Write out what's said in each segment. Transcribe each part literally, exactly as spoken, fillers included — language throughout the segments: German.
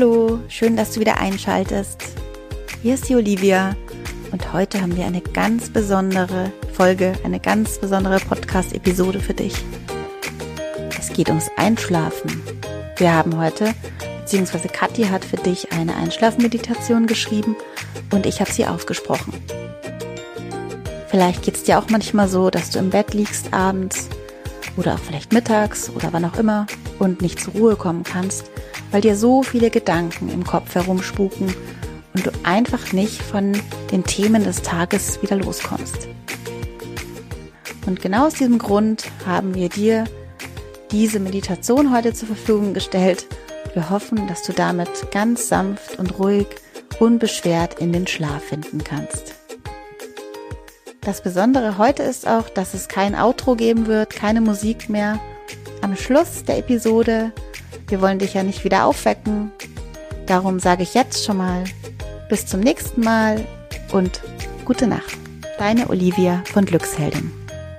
Hallo, schön, dass du wieder einschaltest. Hier ist die Olivia und heute haben wir eine ganz besondere Folge, eine ganz besondere Podcast-Episode für dich. Es geht ums Einschlafen. Wir haben heute, beziehungsweise Kathi hat für dich eine Einschlafmeditation geschrieben und ich habe sie aufgesprochen. Vielleicht geht es dir auch manchmal so, dass du im Bett liegst abends oder auch vielleicht mittags oder wann auch immer und nicht zur Ruhe kommen kannst, weil dir so viele Gedanken im Kopf herumspuken und du einfach nicht von den Themen des Tages wieder loskommst. Und genau aus diesem Grund haben wir dir diese Meditation heute zur Verfügung gestellt. Wir hoffen, dass du damit ganz sanft und ruhig, unbeschwert in den Schlaf finden kannst. Das Besondere heute ist auch, dass es kein Outro geben wird, keine Musik mehr. Am Schluss der Episode, wir wollen dich ja nicht wieder aufwecken, darum sage ich jetzt schon mal bis zum nächsten Mal und gute Nacht. Deine Olivia von Glücksheldin.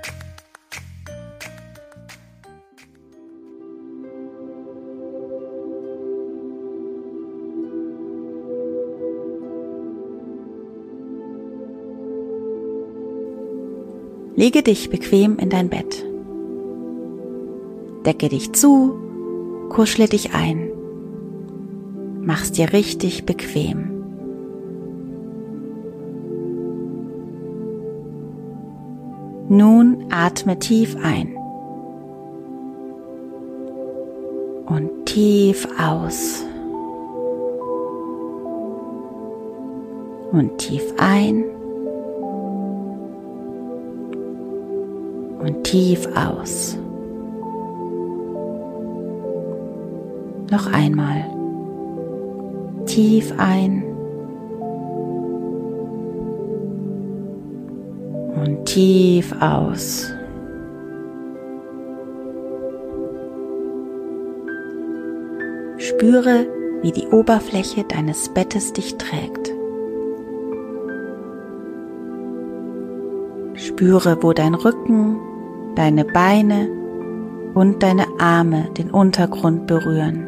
Lege dich bequem in dein Bett. Decke dich zu, kuschle dich ein. Mach's dir richtig bequem. Nun atme tief ein und tief aus und tief ein und tief aus. Noch einmal. Tief ein und tief aus. Spüre, wie die Oberfläche deines Bettes dich trägt. Spüre, wo dein Rücken, deine Beine und deine Arme den Untergrund berühren.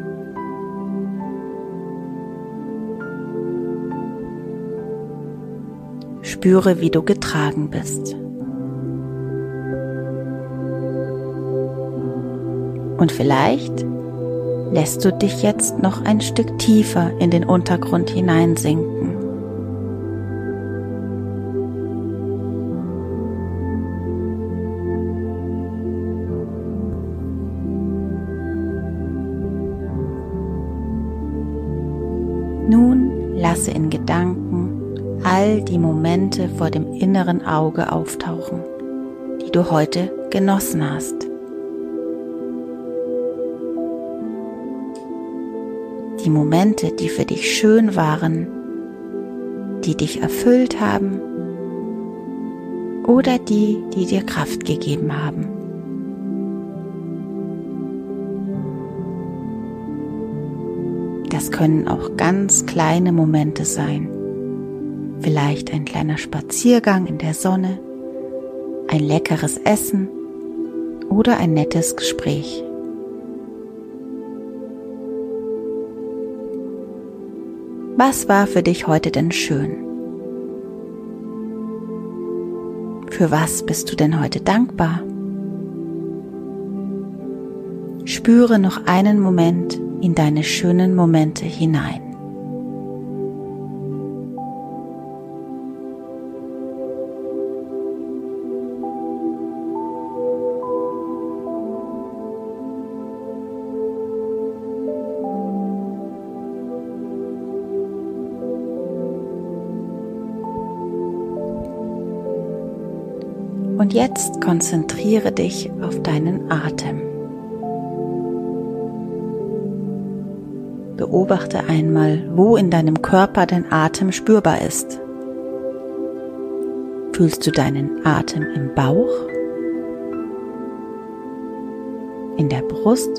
Spüre, wie du getragen bist. Und vielleicht lässt du dich jetzt noch ein Stück tiefer in den Untergrund hineinsinken. Nun lasse in Gedanken all die Momente vor dem inneren Auge auftauchen, die du heute genossen hast. Die Momente, die für dich schön waren, die dich erfüllt haben oder die, die dir Kraft gegeben haben. Das können auch ganz kleine Momente sein. Vielleicht ein kleiner Spaziergang in der Sonne, ein leckeres Essen oder ein nettes Gespräch. Was war für dich heute denn schön? Für was bist du denn heute dankbar? Spüre noch einen Moment in deine schönen Momente hinein. Und jetzt konzentriere dich auf deinen Atem. Beobachte einmal, wo in deinem Körper dein Atem spürbar ist. Fühlst du deinen Atem im Bauch? In der Brust?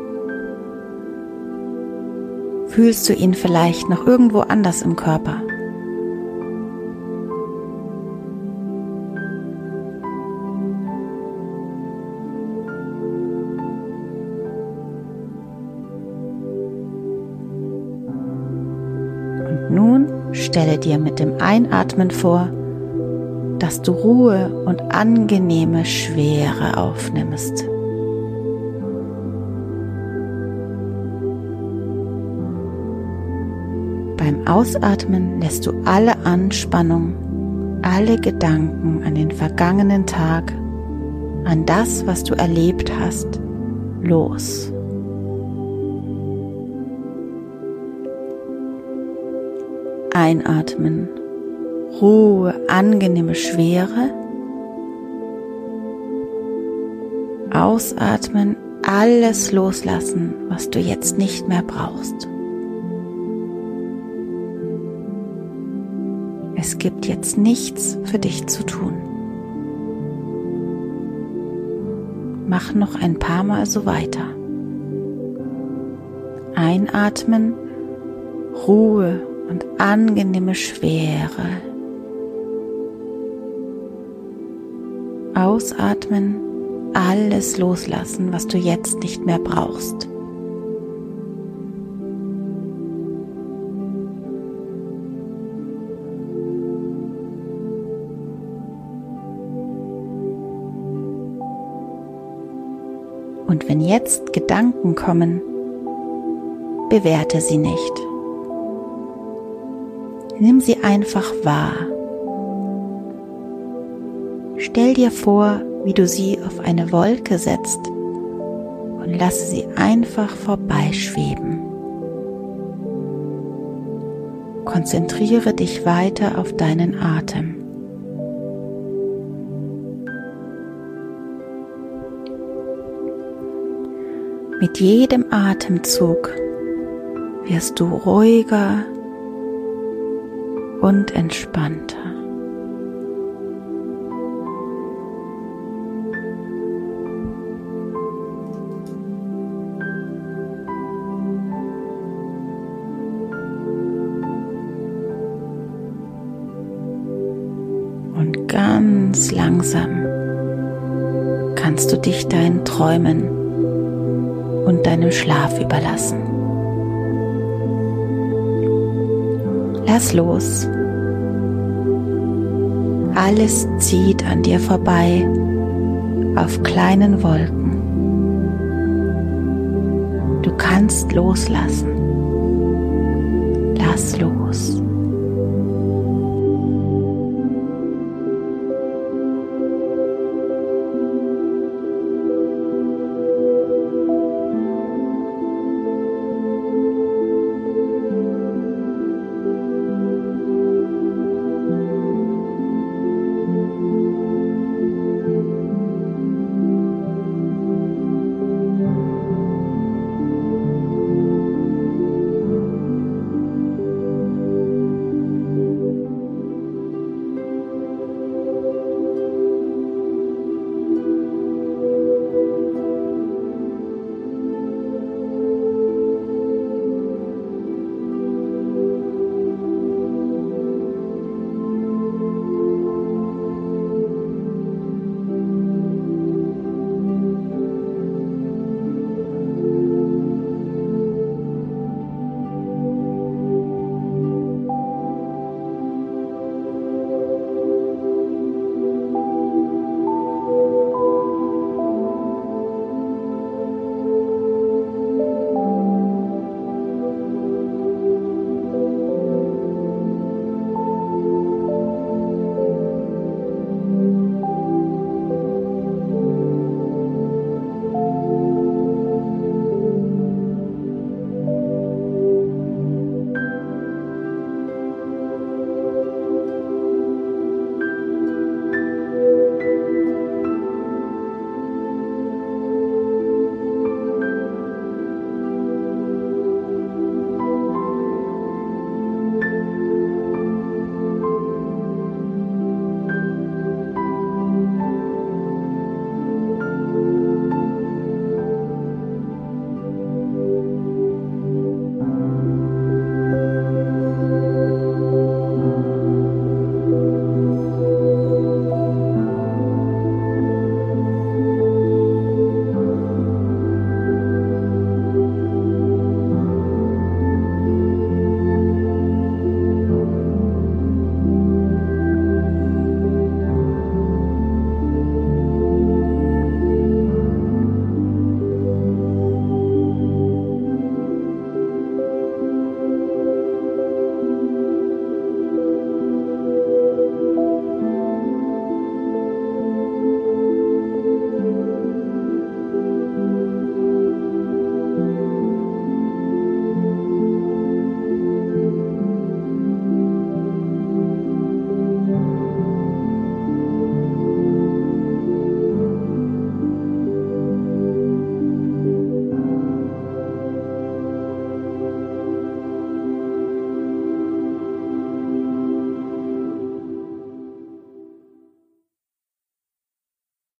Fühlst du ihn vielleicht noch irgendwo anders im Körper? stelle dir mit dem Einatmen vor, dass du Ruhe und angenehme Schwere aufnimmst. Beim Ausatmen lässt du alle Anspannung, alle Gedanken an den vergangenen Tag, an das, was du erlebt hast, los. Einatmen, Ruhe, angenehme Schwere. Ausatmen, alles loslassen, was du jetzt nicht mehr brauchst. Es gibt jetzt nichts für dich zu tun. Mach noch ein paar Mal so weiter. Einatmen, Ruhe und angenehme Schwere. Ausatmen, alles loslassen, was du jetzt nicht mehr brauchst. Und wenn jetzt Gedanken kommen, bewerte sie nicht. Nimm sie einfach wahr. Stell dir vor, wie du sie auf eine Wolke setzt und lasse sie einfach vorbeischweben. Konzentriere dich weiter auf deinen Atem. Mit jedem Atemzug wirst du ruhiger und entspannter. Und ganz langsam kannst du dich deinen Träumen und deinem Schlaf überlassen. Lass los. Alles zieht an dir vorbei auf kleinen Wolken. Du kannst loslassen. Lass los.